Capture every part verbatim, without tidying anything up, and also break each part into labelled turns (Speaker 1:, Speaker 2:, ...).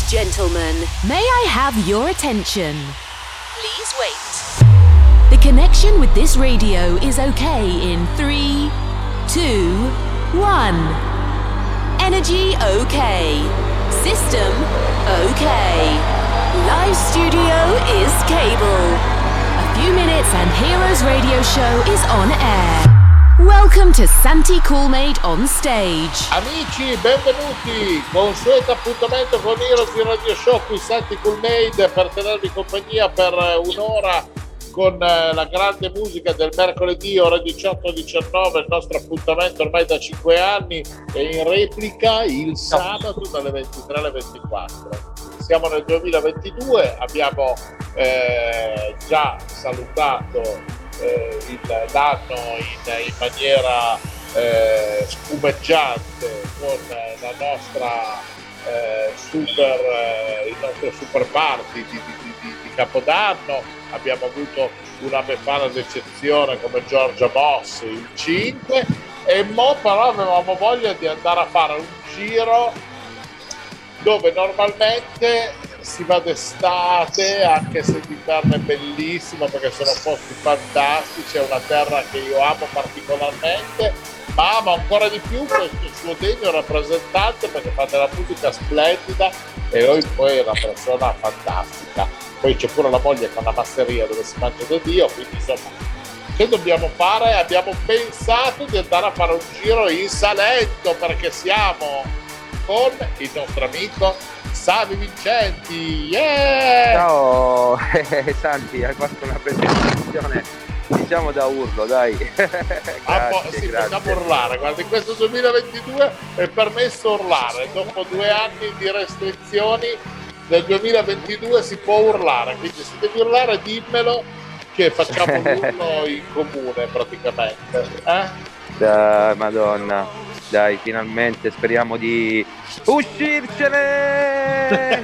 Speaker 1: Gentlemen, may I have your attention? Please wait. The connection with this radio is okay in three, two, one. Energy okay. System okay. Live studio is cable. A few minutes and Heroes Radio Show is on air. Welcome to Santi Coolmade on stage.
Speaker 2: Amici, benvenuti, consueto appuntamento con Heroes Radio Show qui Santi Coolmade per tenervi compagnia per un'ora con la grande musica del mercoledì ore diciotto diciannove, il nostro appuntamento ormai da cinque anni, e in replica il sabato dalle ventitré alle ventiquattro. Siamo nel duemilaventidue, abbiamo eh, già salutato Eh, il, l'anno in, in maniera eh, spumeggiante con la nostra eh, super eh, il nostro super party di, di, di, di Capodanno. Abbiamo avuto una befana d'eccezione come Giorgia Moss il cinque, e mo però avevamo voglia di andare a fare un giro dove normalmente si va d'estate, anche se l'inverno è bellissimo perché sono posti fantastici, è una terra che io amo particolarmente, ma amo ancora di più questo suo degno rappresentante perché fa della musica splendida e lui poi è una persona fantastica. Poi c'è pure la moglie con una masseria dove si mangia da Dio, quindi insomma, che dobbiamo fare? Abbiamo pensato di andare a fare un giro in Salento perché siamo con il nostro amico Savi Vincenti. Yeah!
Speaker 3: Ciao Santi, hai fatto una presentazione diciamo da urlo, dai. Grazie,
Speaker 2: ah, po- sì,
Speaker 3: grazie.
Speaker 2: Possiamo urlare, guarda, in questo duemilaventidue è permesso urlare, dopo due anni di restrizioni nel duemilaventidue si può urlare, quindi se devi urlare dimmelo che facciamo l'urlo in comune praticamente. Eh?
Speaker 3: Da, Madonna. Dai, finalmente speriamo di uscircene.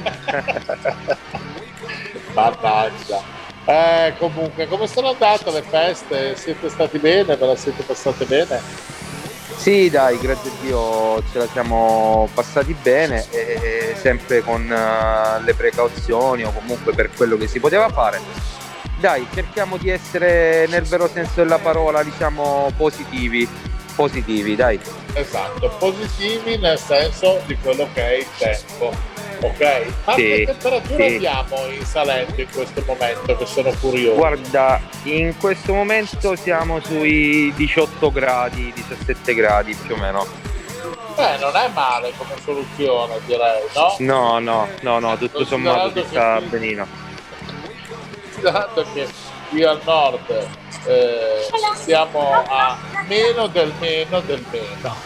Speaker 2: Mannaggia. Eh, comunque, come sono andate le feste? Siete stati bene? Ve la siete passate bene?
Speaker 3: Sì, dai, grazie a Dio ce la siamo passati bene, e sempre con uh, le precauzioni o comunque per quello che si poteva fare. Dai, cerchiamo di essere nel vero senso della parola, diciamo positivi. Positivi, dai.
Speaker 2: Esatto, positivi nel senso di quello che è il tempo, ok? Ma
Speaker 3: sì,
Speaker 2: che temperatura
Speaker 3: sì.
Speaker 2: abbiamo in Salento in questo momento, che sono curioso?
Speaker 3: Guarda, in questo momento siamo sui diciotto gradi, diciassette gradi più o meno.
Speaker 2: Beh, non è male come soluzione, direi, no?
Speaker 3: No, no, no, no, tutto sommato si sta qui... benino.
Speaker 2: Considerando che qui al nord eh, siamo a meno del meno del meno.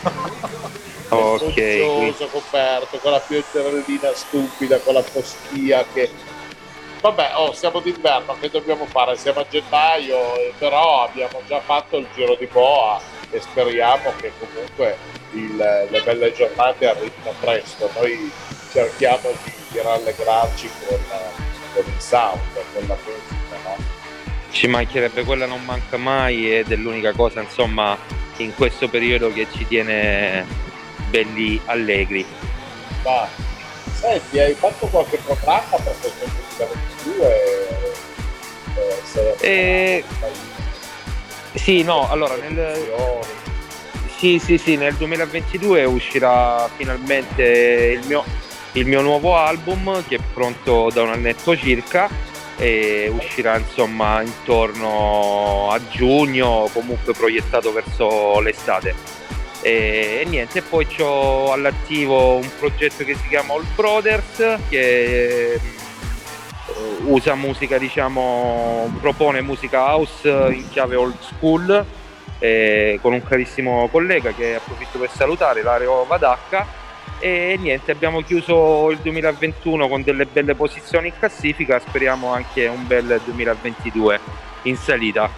Speaker 3: Ok.
Speaker 2: Poggioso, coperto, con la pioggerellina stupida, con la foschia che... Vabbè, oh, siamo d'inverno, che dobbiamo fare? Siamo a gennaio, però abbiamo già fatto il giro di boa e speriamo che comunque il, le belle giornate arrivino presto. Noi cerchiamo di, di rallegrarci con, con il sound, con la musica, no?
Speaker 3: Ci mancherebbe, quella non manca mai ed è l'unica cosa, insomma, in questo periodo che ci tiene belli allegri.
Speaker 2: Ma senti, hai fatto qualche programma per questo duemilaventidue? Eh,
Speaker 3: eh, sì, no, allora nel, sì, sì, sì, nel duemilaventidue uscirà finalmente il mio, il mio nuovo album, che è pronto da un annetto circa, e uscirà insomma intorno a giugno, comunque proiettato verso l'estate. E, e niente, poi c'ho all'attivo un progetto che si chiama All Brothers, che eh, usa musica, diciamo, propone musica house in chiave old school, eh, con un carissimo collega che approfitto per salutare, Lario Vadacca. E niente, abbiamo chiuso il duemilaventuno con delle belle posizioni in classifica, speriamo anche un bel duemilaventidue in salita.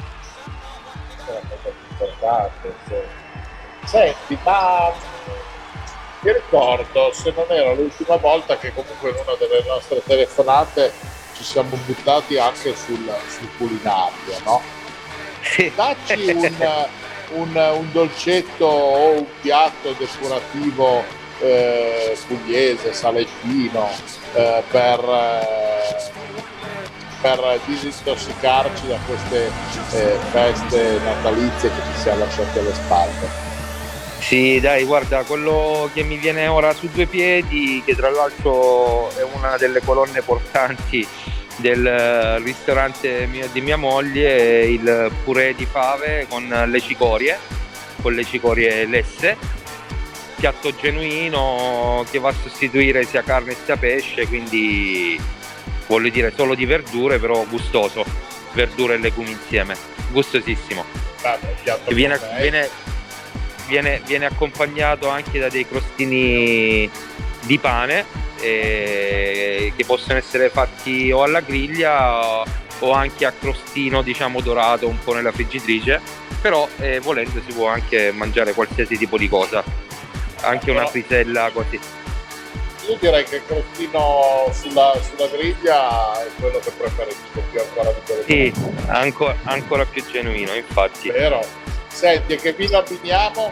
Speaker 2: Senti, ma mi ricordo, se non era l'ultima volta, che comunque in una delle nostre telefonate ci siamo buttati anche sul, sul culinario, no?
Speaker 3: Sì.
Speaker 2: Dacci un, un, un dolcetto o un piatto depurativo eh, pugliese, salentino, eh, per, eh, per disintossicarci da queste eh, feste natalizie che ci siamo lasciati alle spalle.
Speaker 3: Sì, dai, guarda, quello che mi viene ora su due piedi, che tra l'altro è una delle colonne portanti del ristorante mio, di mia moglie, è il purè di fave con le cicorie, con le cicorie lesse, piatto genuino che va a sostituire sia carne sia pesce, quindi voglio dire solo di verdure, però gustoso, verdure e legumi insieme, gustosissimo.
Speaker 2: Vabbè,
Speaker 3: viene, viene, viene, viene accompagnato anche da dei crostini di pane eh, che possono essere fatti o alla griglia o anche a crostino, diciamo, dorato un po' nella friggitrice, però eh, volendo si può anche mangiare qualsiasi tipo di cosa, anche una frisella così.
Speaker 2: Io direi che il crostino sulla, sulla griglia è quello che preferisco più ancora di quello.
Speaker 3: Sì, ancora, ancora più genuino, infatti.
Speaker 2: Vero. Senti, e che vino abbiniamo?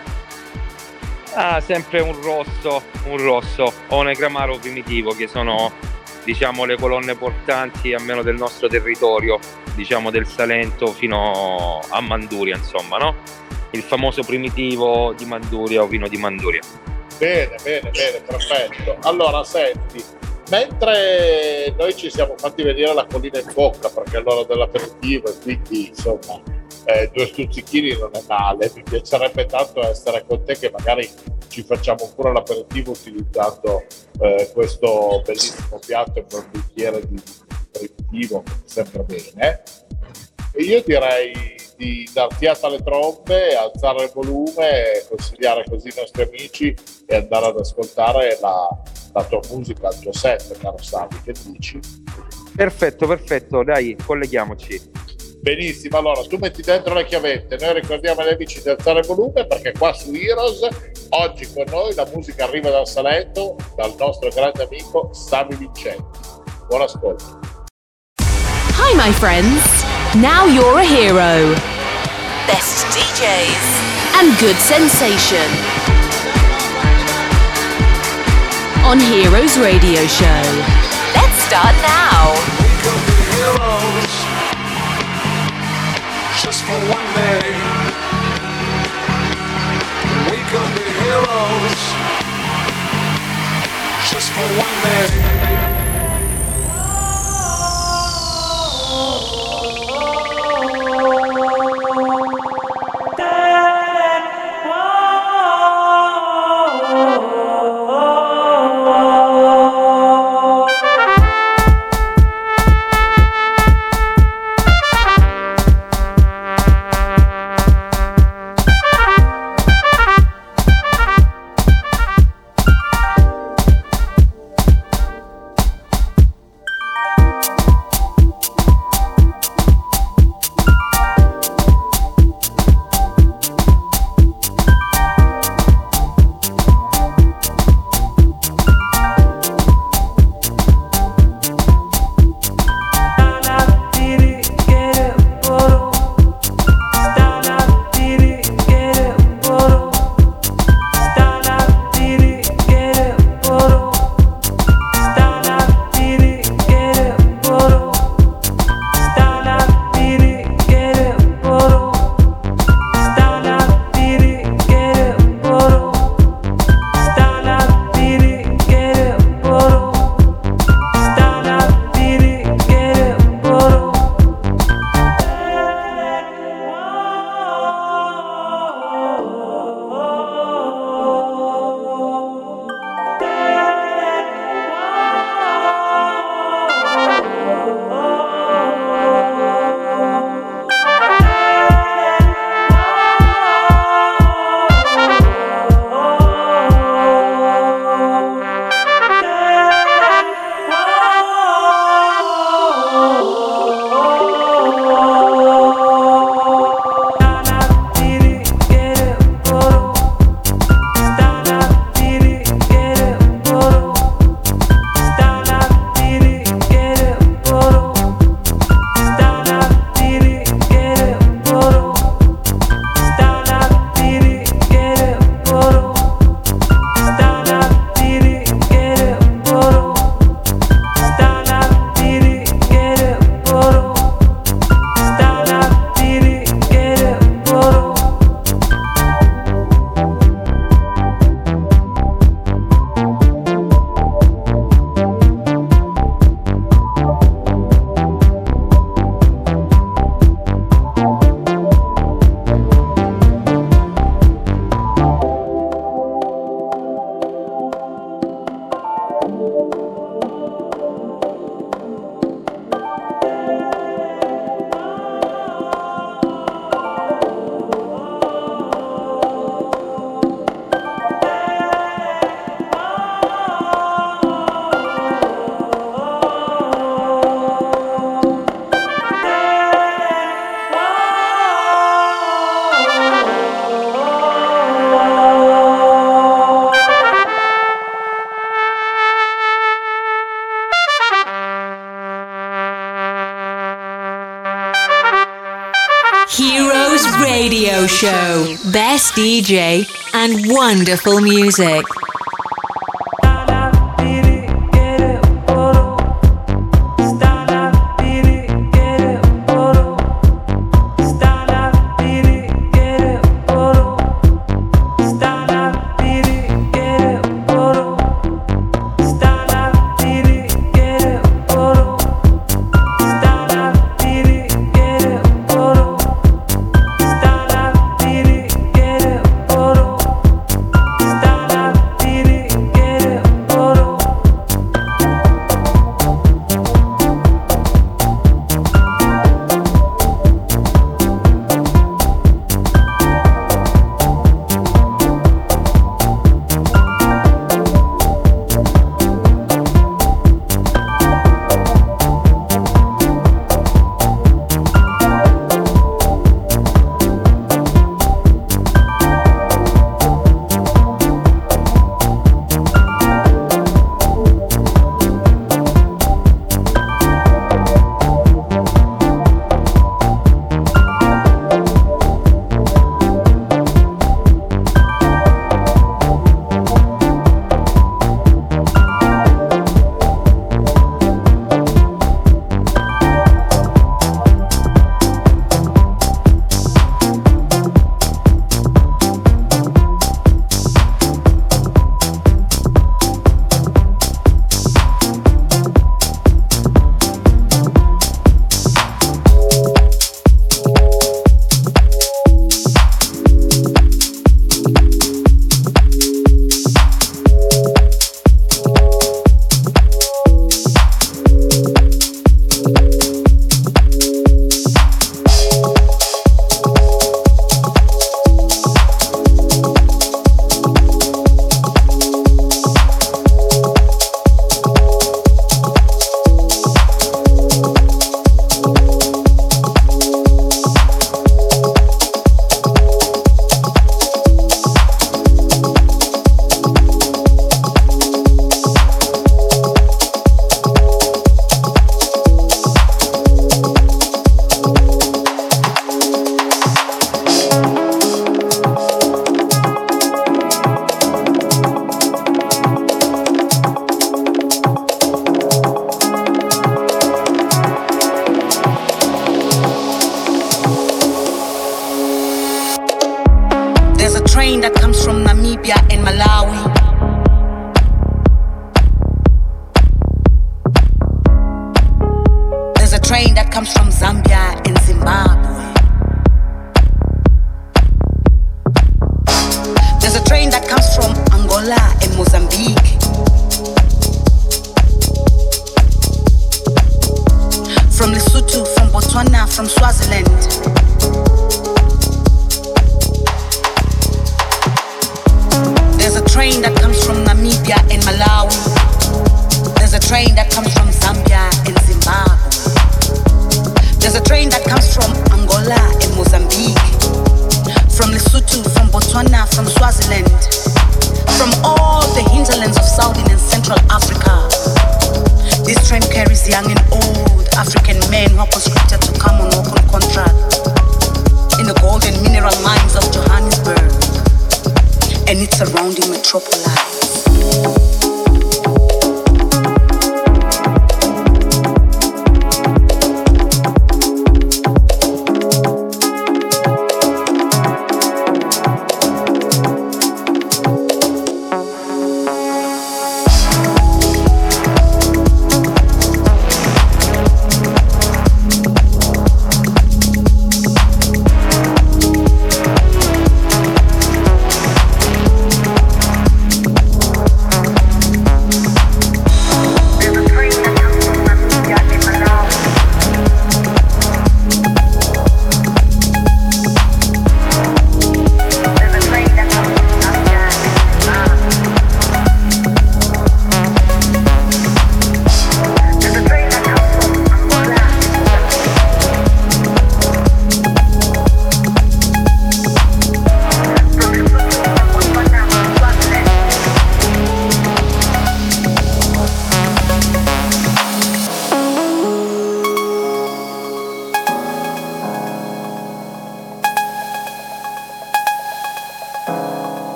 Speaker 3: Ah, sempre un rosso, un rosso o un Negramaro primitivo, che sono, diciamo, le colonne portanti almeno del nostro territorio, diciamo del Salento fino a Manduria, insomma, no? Il famoso primitivo di Manduria o vino di Manduria.
Speaker 2: Bene, bene, bene, perfetto. Allora, senti, mentre noi ci siamo fatti venire la collina in bocca perché è l'ora dell'aperitivo e quindi, insomma, eh, due stuzzichini non è male, mi piacerebbe tanto essere con te che magari ci facciamo pure l'aperitivo utilizzando eh, questo bellissimo piatto e un bicchiere di aperitivo, sempre bene. E io direi di dar fiata alle trombe, alzare il volume, consigliare così i nostri amici e andare ad ascoltare la, la tua musica, il tuo set, caro Sami, che dici?
Speaker 3: Perfetto, perfetto, dai, colleghiamoci.
Speaker 2: Benissimo, allora tu metti dentro le chiavette, noi ricordiamo agli amici di alzare il volume perché qua su Heroes oggi con noi la musica arriva dal Salento, dal nostro grande amico Sami Vincenti. Buon ascolto.
Speaker 1: Hi my friends, now you're a hero. Best D Js and good sensation on Heroes Radio Show. Let's start now.
Speaker 4: We could be heroes just for one day. We could be heroes just for one day.
Speaker 1: Heroes Radio Show. Best D J and wonderful music.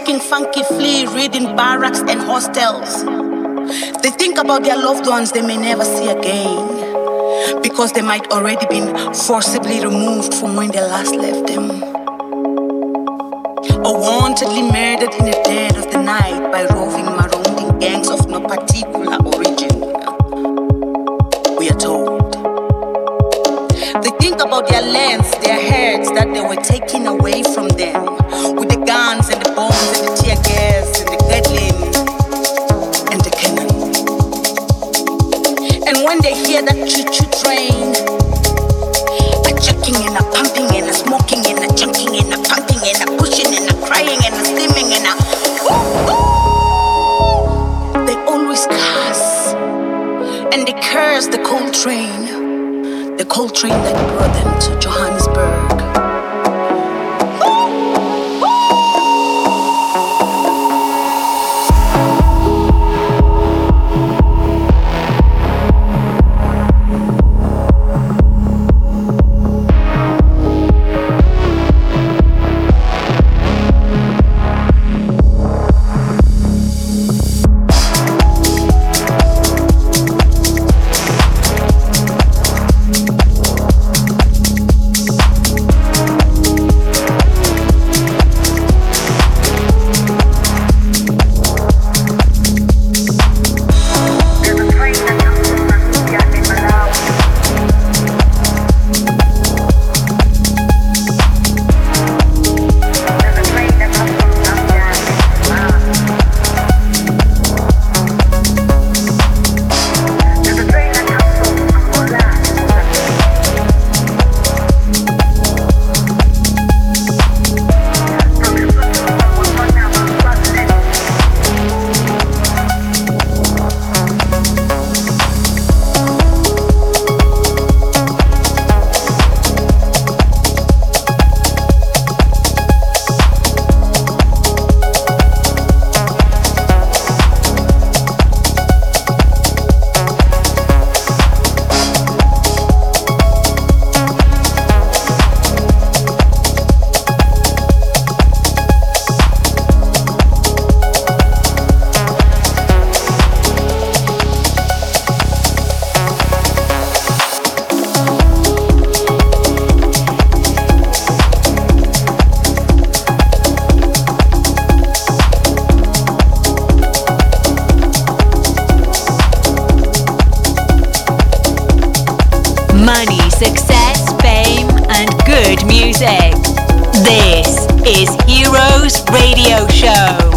Speaker 5: making funky flea, reading barracks and hostels. They think about their loved ones they may never see again, because they might already been forcibly removed from when they last left them, or wantedly murdered in the dead of the night by roving, marauding gangs of no particular origin. We are told. They think about their lands, their herds that they were taking away from them, with the guns and the bombs and the tear gas and the Gatling and the cannon. And when they hear that choo-choo train, a chucking and a pumping and a smoking and a chunking and a pumping and a pushing and a crying and a steaming and a ooh, ooh, they always curse, and they curse the coal train, the coal train that brought them to Johannesburg.
Speaker 1: Money, success, fame, and good music. This is Heroes Radio Show.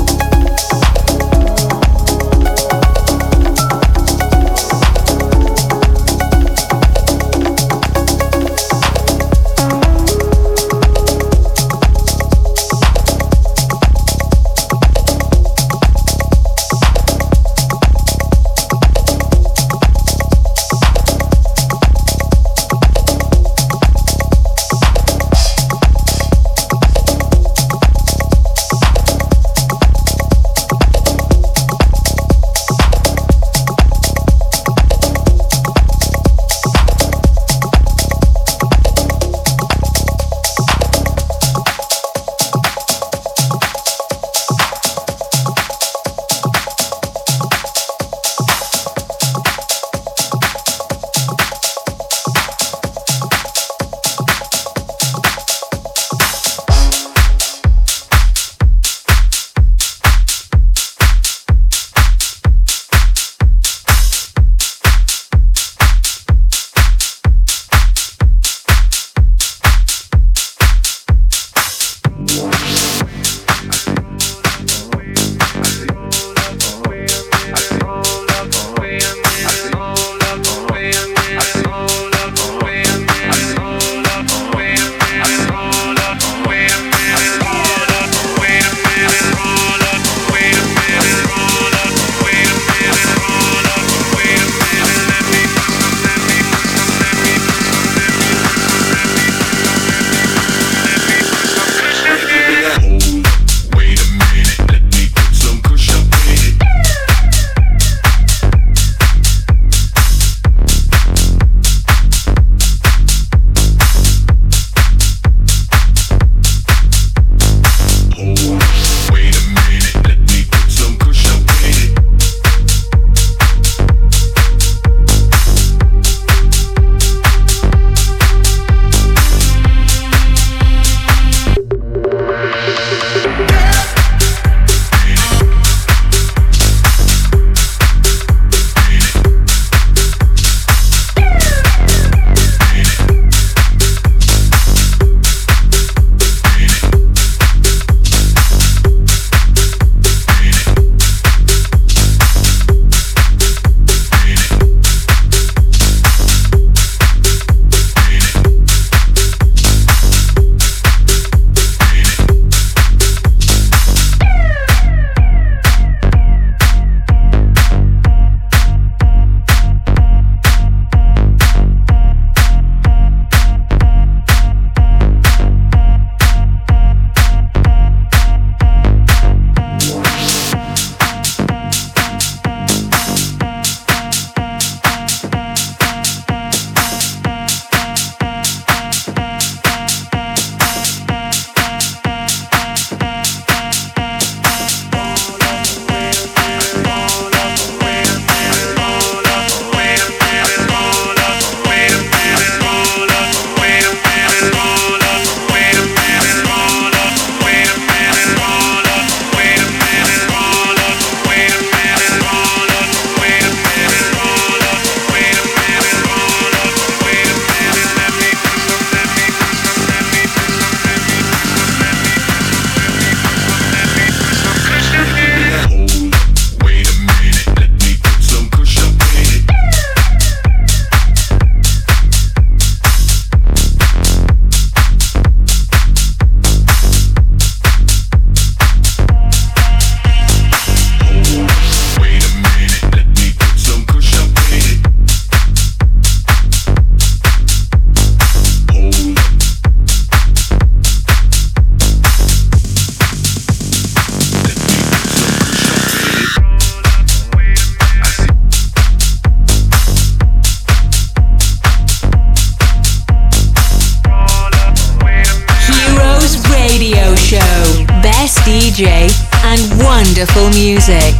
Speaker 1: D J and wonderful music.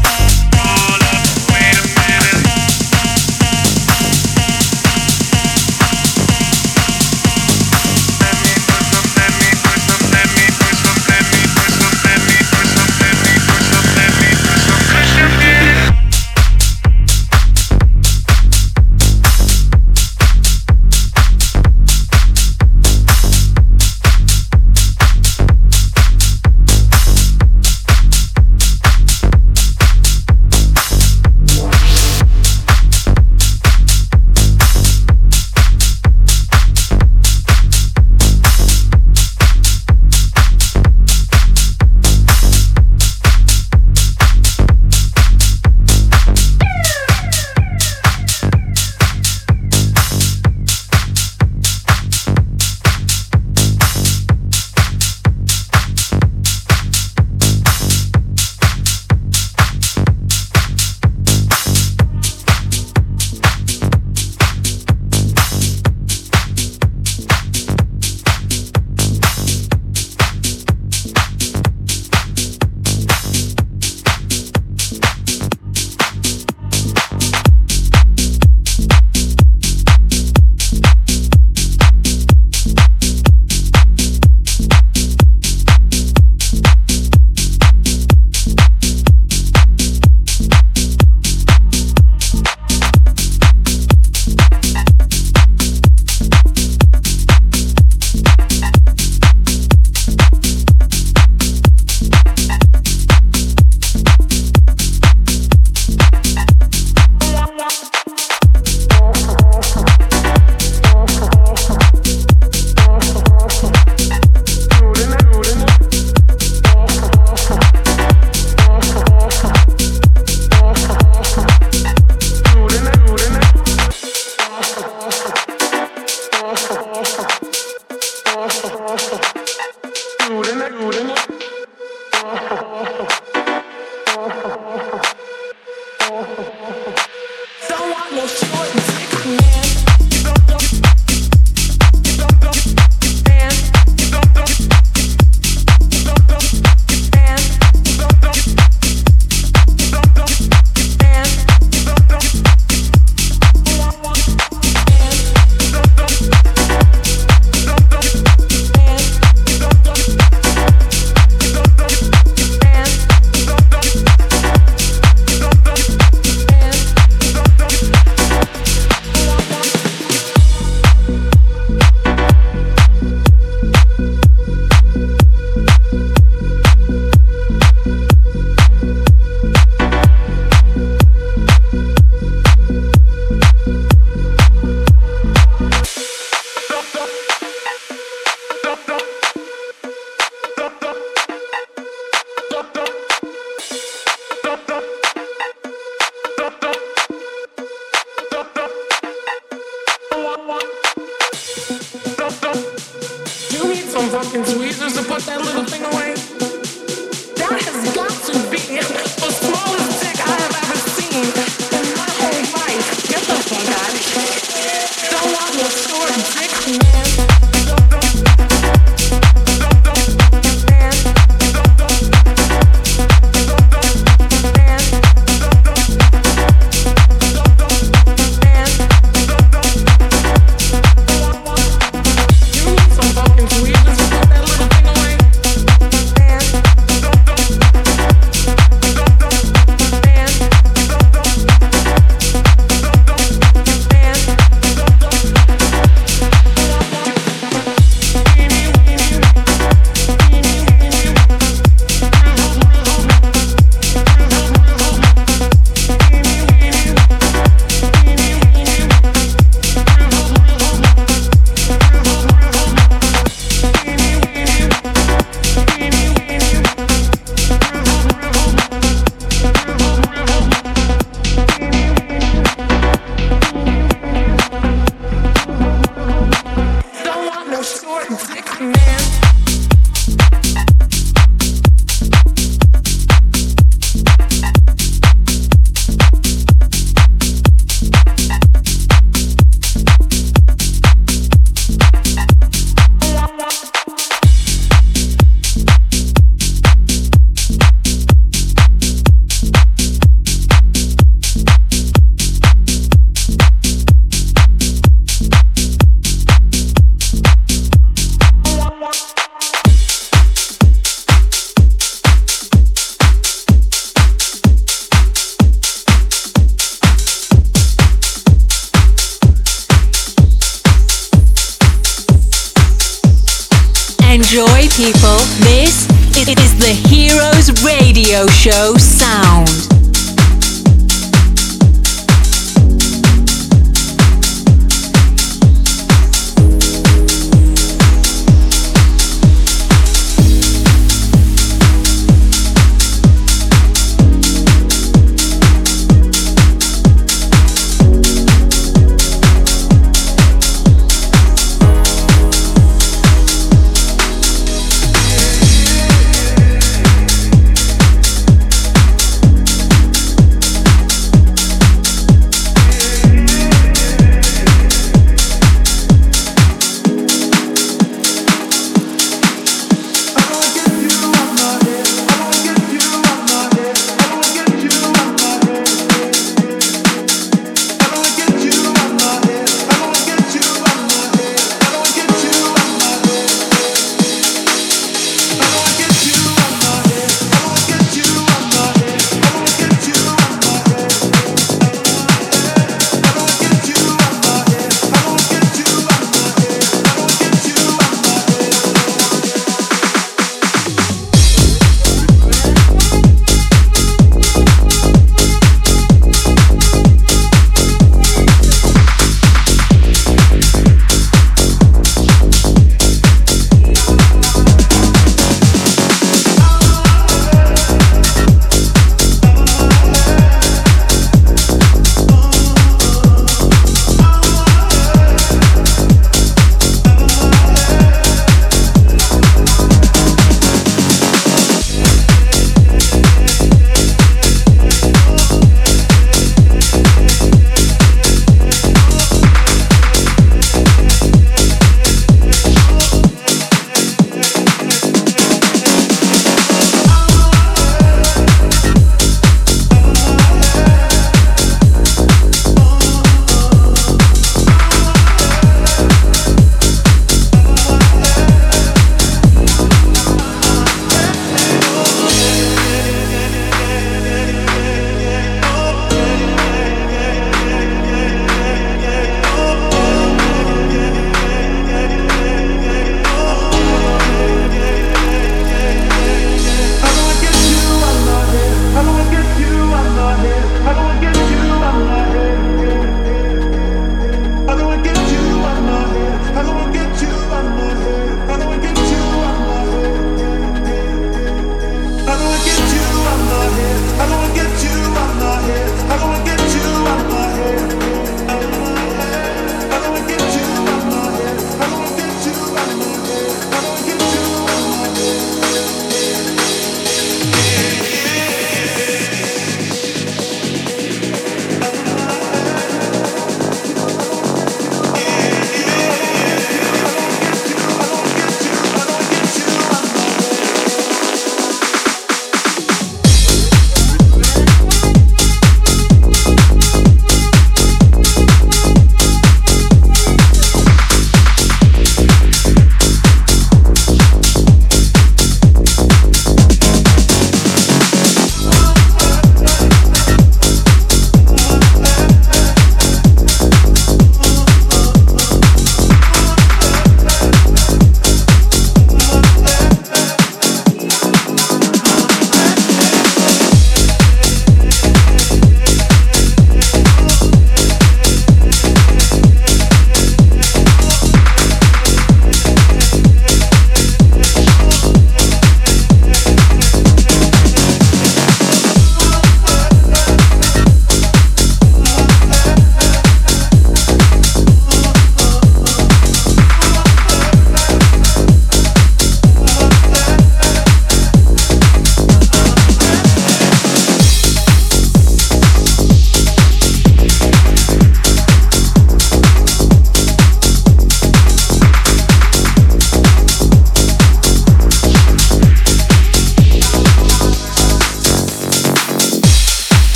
Speaker 1: enjoy, people. This it is the Heroes Radio Show sound.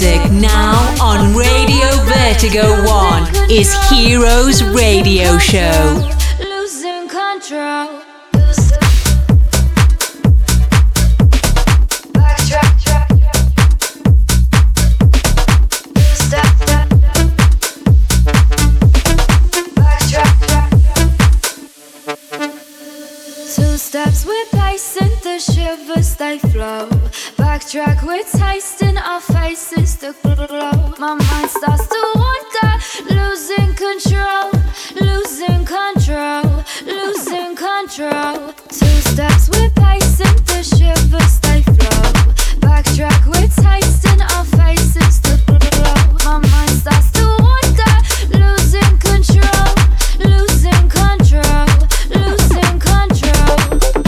Speaker 1: music now on Radio Vertigo One is Heroes Radio Show.
Speaker 6: Losing control. Steps we're pacing, the shivers they flow. Backtrack, we're tasting our faces to glow. My mind starts to wander, losing control, losing control, losing control. Two steps we're pacing, the shivers they flow. Backtrack, we're tasting our faces to glow. My mind starts to wander, losing control, losing control, losing control.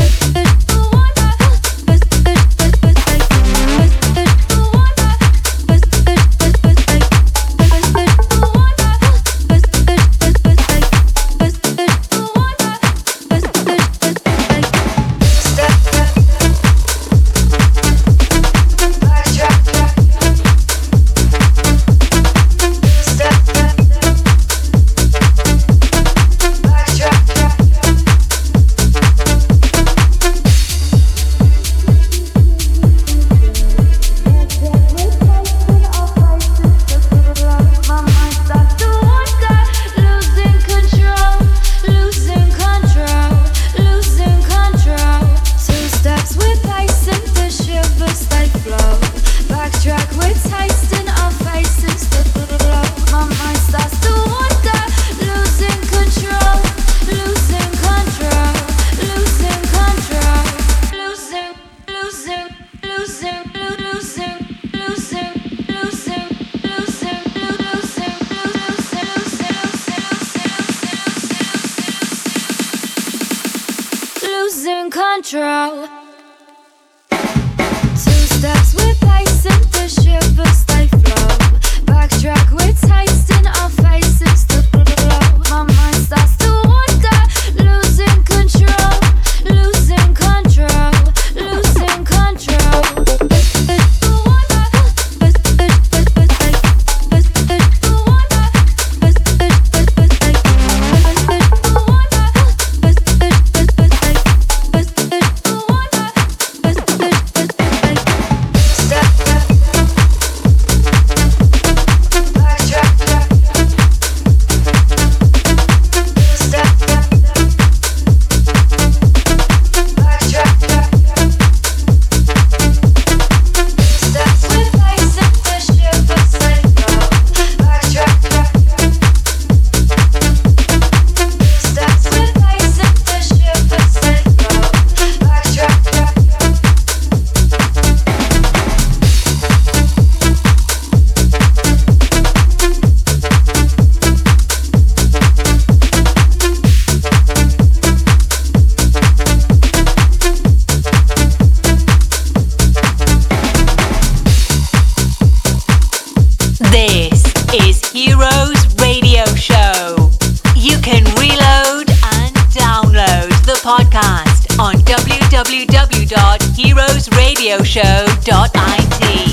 Speaker 6: Control. Two steps we're pacing, the shivers they flow. Backtrack, we're tasting our faces to glow. My mind starts to wander, losing control, losing control, losing control. w w w dot heroes radio show dot i t.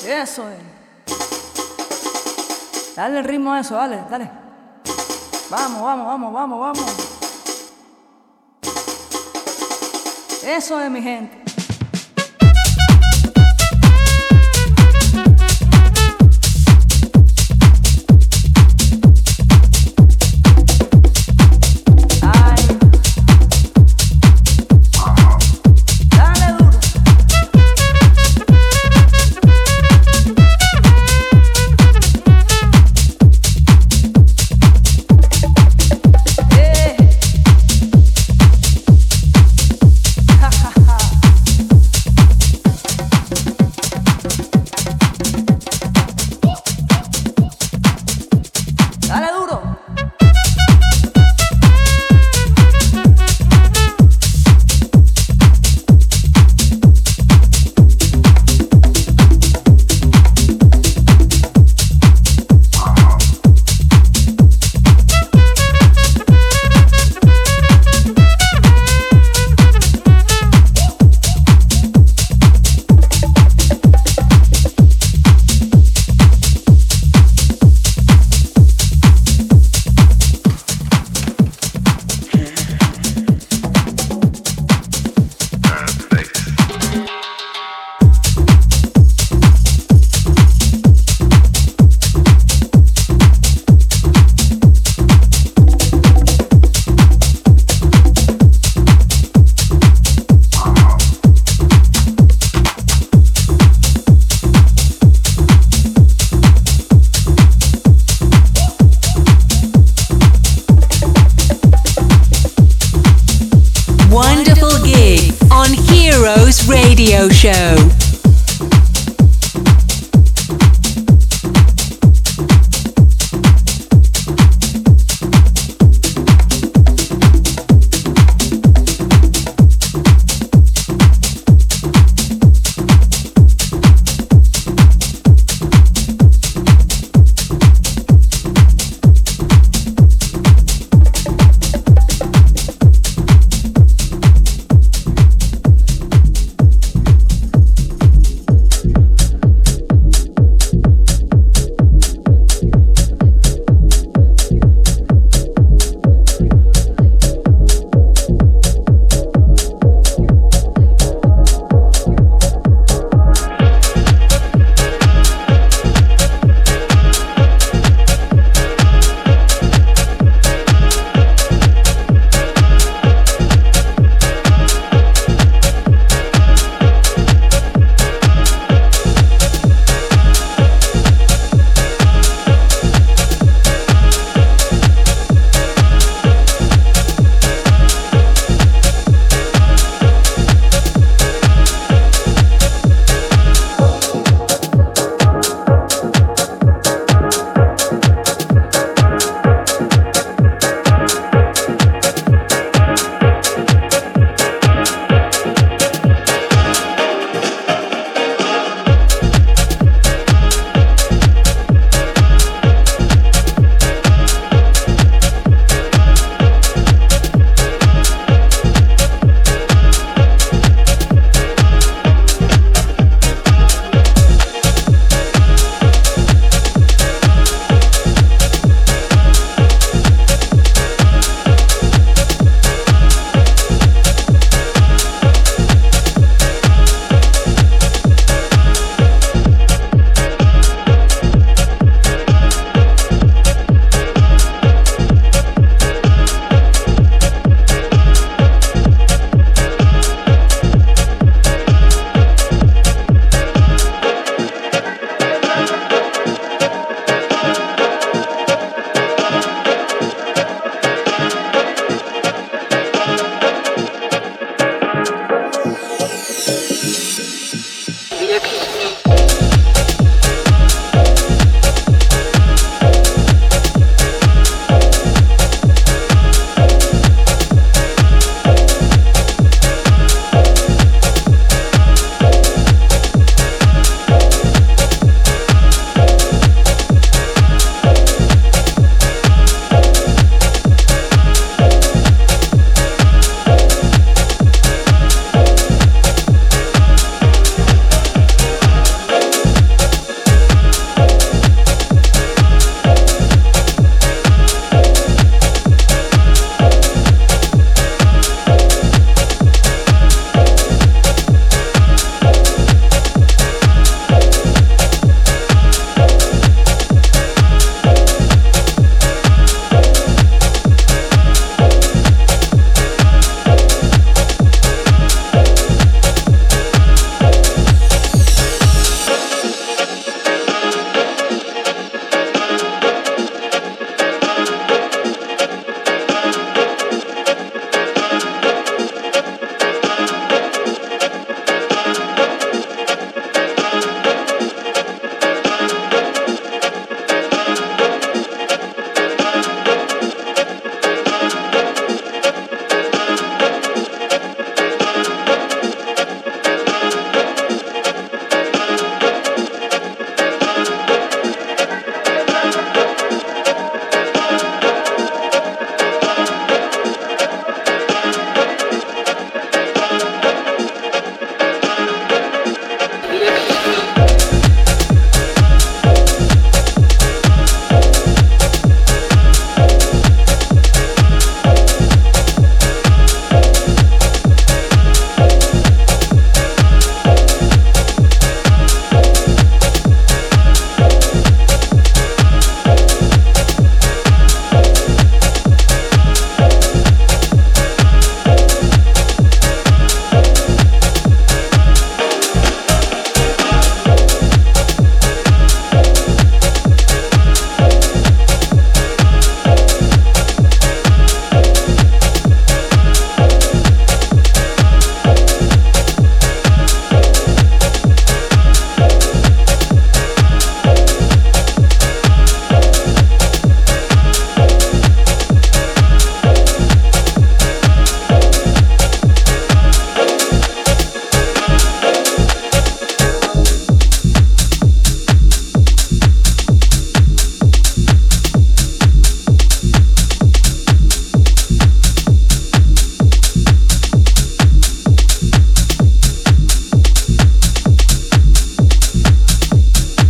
Speaker 7: Eso es. Dale el ritmo a eso, dale, dale. Vamos, vamos, vamos, vamos, vamos. Eso es, mi gente.
Speaker 6: Ha ha ha.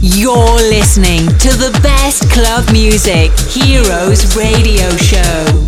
Speaker 1: You're listening to the best club music, Heroes Radio Show.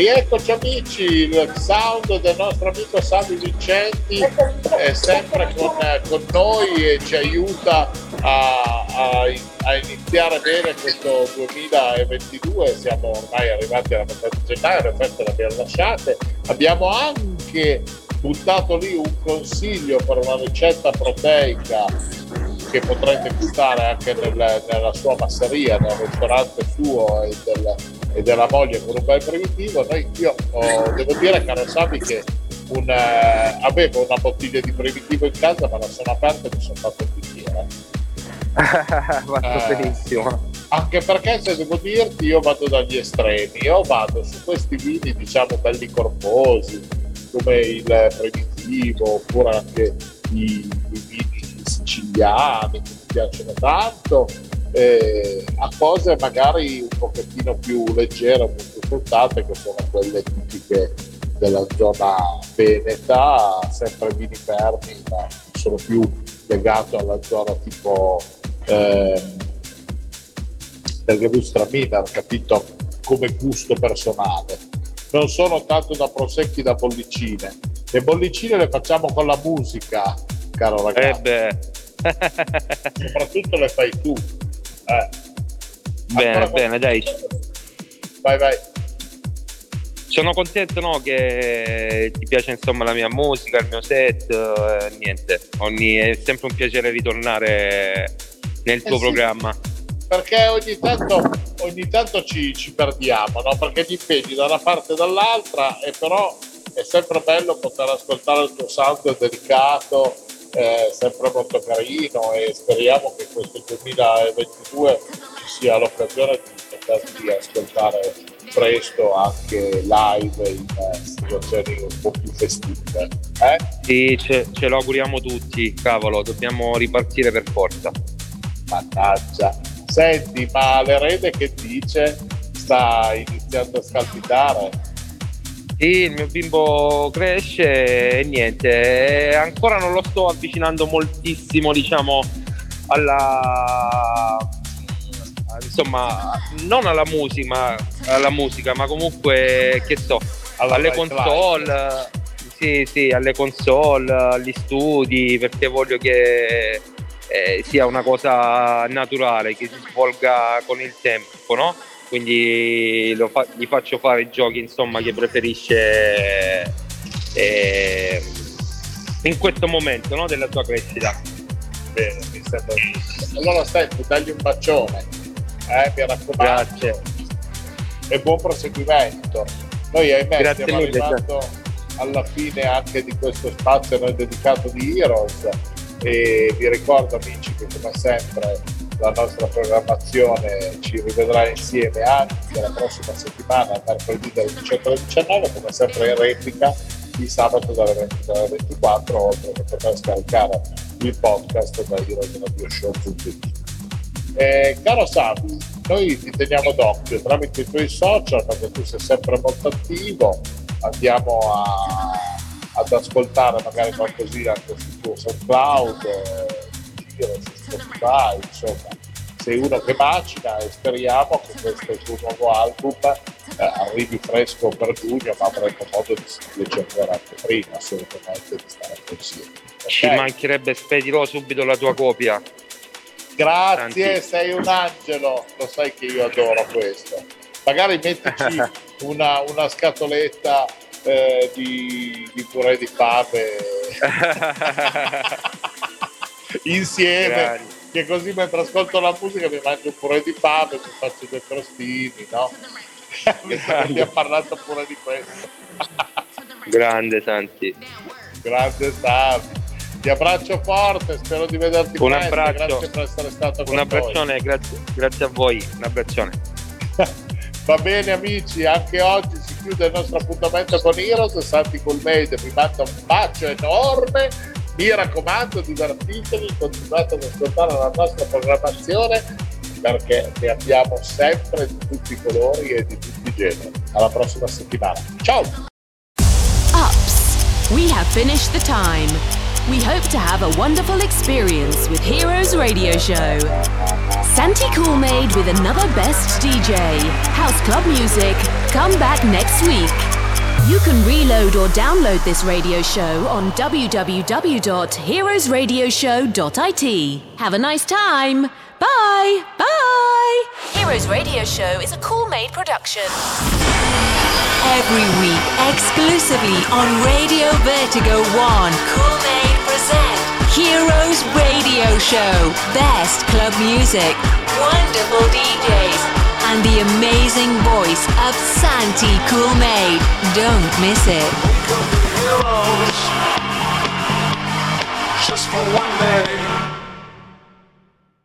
Speaker 2: Rieccoci amici, il sound del nostro amico Salvi Vincenti è sempre con, con noi e ci aiuta a, a, a iniziare bene questo duemilaventidue. Siamo ormai arrivati alla metà di gennaio, le feste le abbiamo lasciate, abbiamo anche buttato lì un consiglio per una ricetta proteica che potrete gustare anche nel, nella sua masseria, nel ristorante suo e, del, e della moglie con un bel primitivo. Noi, io oh, devo dire, caro Sabi, che un, eh, avevo una bottiglia di primitivo in casa, ma la sono aperta e mi sono fatto il bicchiere.
Speaker 3: Va
Speaker 2: eh,
Speaker 3: benissimo.
Speaker 2: Anche perché, se devo dirti, io vado dagli estremi, io vado su questi vini, diciamo, belli corposi, come il primitivo, oppure anche i, i vini siciliani che mi piacciono tanto, eh, a cose magari un pochettino più leggere, più fruttate, che sono quelle tipiche della zona veneta, sempre vini fermi, ma sono più legato alla zona tipo eh, del Gewürztraminer, capito, come gusto personale. Non sono tanto da prosecchi, da bollicine. Le bollicine le facciamo con la musica, caro ragazzo.
Speaker 3: Eh beh.
Speaker 2: Soprattutto le fai tu. Eh.
Speaker 3: Bene,
Speaker 2: Ancora
Speaker 3: bene, dai.
Speaker 2: Vai, vai.
Speaker 3: Sono contento, no, che ti piace insomma la mia musica, il mio set, eh, niente. Ogni, è sempre un piacere ritornare nel tuo
Speaker 2: eh sì,
Speaker 3: programma.
Speaker 2: Perché ogni tanto, ogni tanto ci, ci perdiamo, no? Perché ti impegni da una parte e dall'altra, e però è sempre bello poter ascoltare il tuo sound dedicato, eh, sempre molto carino, e speriamo che questo duemilaventidue ci sia l'occasione di poterti ascoltare presto anche live in uh, situazioni un po' più festive. Eh?
Speaker 3: Sì, ce, ce lo auguriamo tutti, cavolo, dobbiamo ripartire per forza.
Speaker 2: Mannaggia. Senti, ma l'erede che dice? Sta iniziando a scalpitare?
Speaker 3: Sì, il mio bimbo cresce e niente, ancora non lo sto avvicinando moltissimo, diciamo, alla, insomma, non alla musica, ma alla musica, ma comunque, che so, alla alle console, life. sì, sì, alle console, agli studi, perché voglio che eh, sia una cosa naturale, che si svolga con il tempo, no? Quindi lo fa- gli faccio fare i giochi, insomma, che preferisce eh, in questo momento, no, della sua crescita.
Speaker 2: Bene, mi sembra giusto. Allora senti, dagli un bacione, eh, mi raccomando.
Speaker 3: Grazie.
Speaker 2: E buon proseguimento. Noi ahimè
Speaker 3: Grazie
Speaker 2: stiamo
Speaker 3: mille,
Speaker 2: arrivando alla fine anche di questo spazio noi dedicato di Heroes, e vi ricordo, amici, che come sempre la nostra programmazione ci rivedrà insieme anche la prossima settimana, mercoledì dalle diciotto alle diciannove, come sempre in replica di sabato dalle ventitré alle ventiquattro, oltre che poter scaricare il podcast da heroes radio show punto it. Eh, caro Sabi, noi ti teniamo d'occhio tramite i tuoi social, perché tu sei sempre molto attivo. Andiamo a, ad ascoltare magari qualcosina anche sul tuo SoundCloud, eh, su Spotify, insomma, sei uno che macina, e speriamo che questo tuo nuovo album eh, arrivi fresco per giugno, ma avremo modo di sentirci ancora anche prima, assolutamente, di stare insieme. Okay?
Speaker 3: Ci mancherebbe, spedirò subito la tua copia.
Speaker 2: Grazie,
Speaker 3: Tanti.
Speaker 2: Sei un angelo, lo sai che io adoro questo. Magari mettici una, una scatoletta eh, di, di purè di fave insieme,
Speaker 3: Grazie.
Speaker 2: Che così mentre ascolto la musica mi mangio un purè di fave, mi faccio dei crostini, no? Mi abbiamo parlato pure di questo.
Speaker 3: Grande Santi.
Speaker 2: Grande Savi. Ti abbraccio forte, spero di vederti
Speaker 3: Un
Speaker 2: presto.
Speaker 3: abbraccio.
Speaker 2: Grazie per essere stato con
Speaker 3: Un
Speaker 2: noi.
Speaker 3: abbraccione, grazie, grazie a voi, un abbraccione.
Speaker 2: Va bene amici, anche oggi si chiude il nostro appuntamento con Heroes. Santi Coolmade vi manda un bacio enorme, mi raccomando, divertitevi, continuate ad ascoltare la nostra programmazione, perché ne abbiamo sempre di tutti i colori e di tutti i generi. Alla prossima settimana, ciao!
Speaker 1: Ups, we have finished the time. We hope to have a wonderful experience with Heroes Radio Show. Santi Coolmade with another Best D J. House Club Music. Come back next week. You can reload or download this radio show on w w w dot heroes radio show dot i t. Have a nice time. Bye. Bye. Heroes Radio Show is a Coolmade production.
Speaker 8: Every week, exclusively on Radio Vertigo One, Coolmade present Heroes Radio Show. Best club music, wonderful D Js, and the amazing voice of Santi Coolmade. Don't miss it.
Speaker 4: We could be heroes just for one day.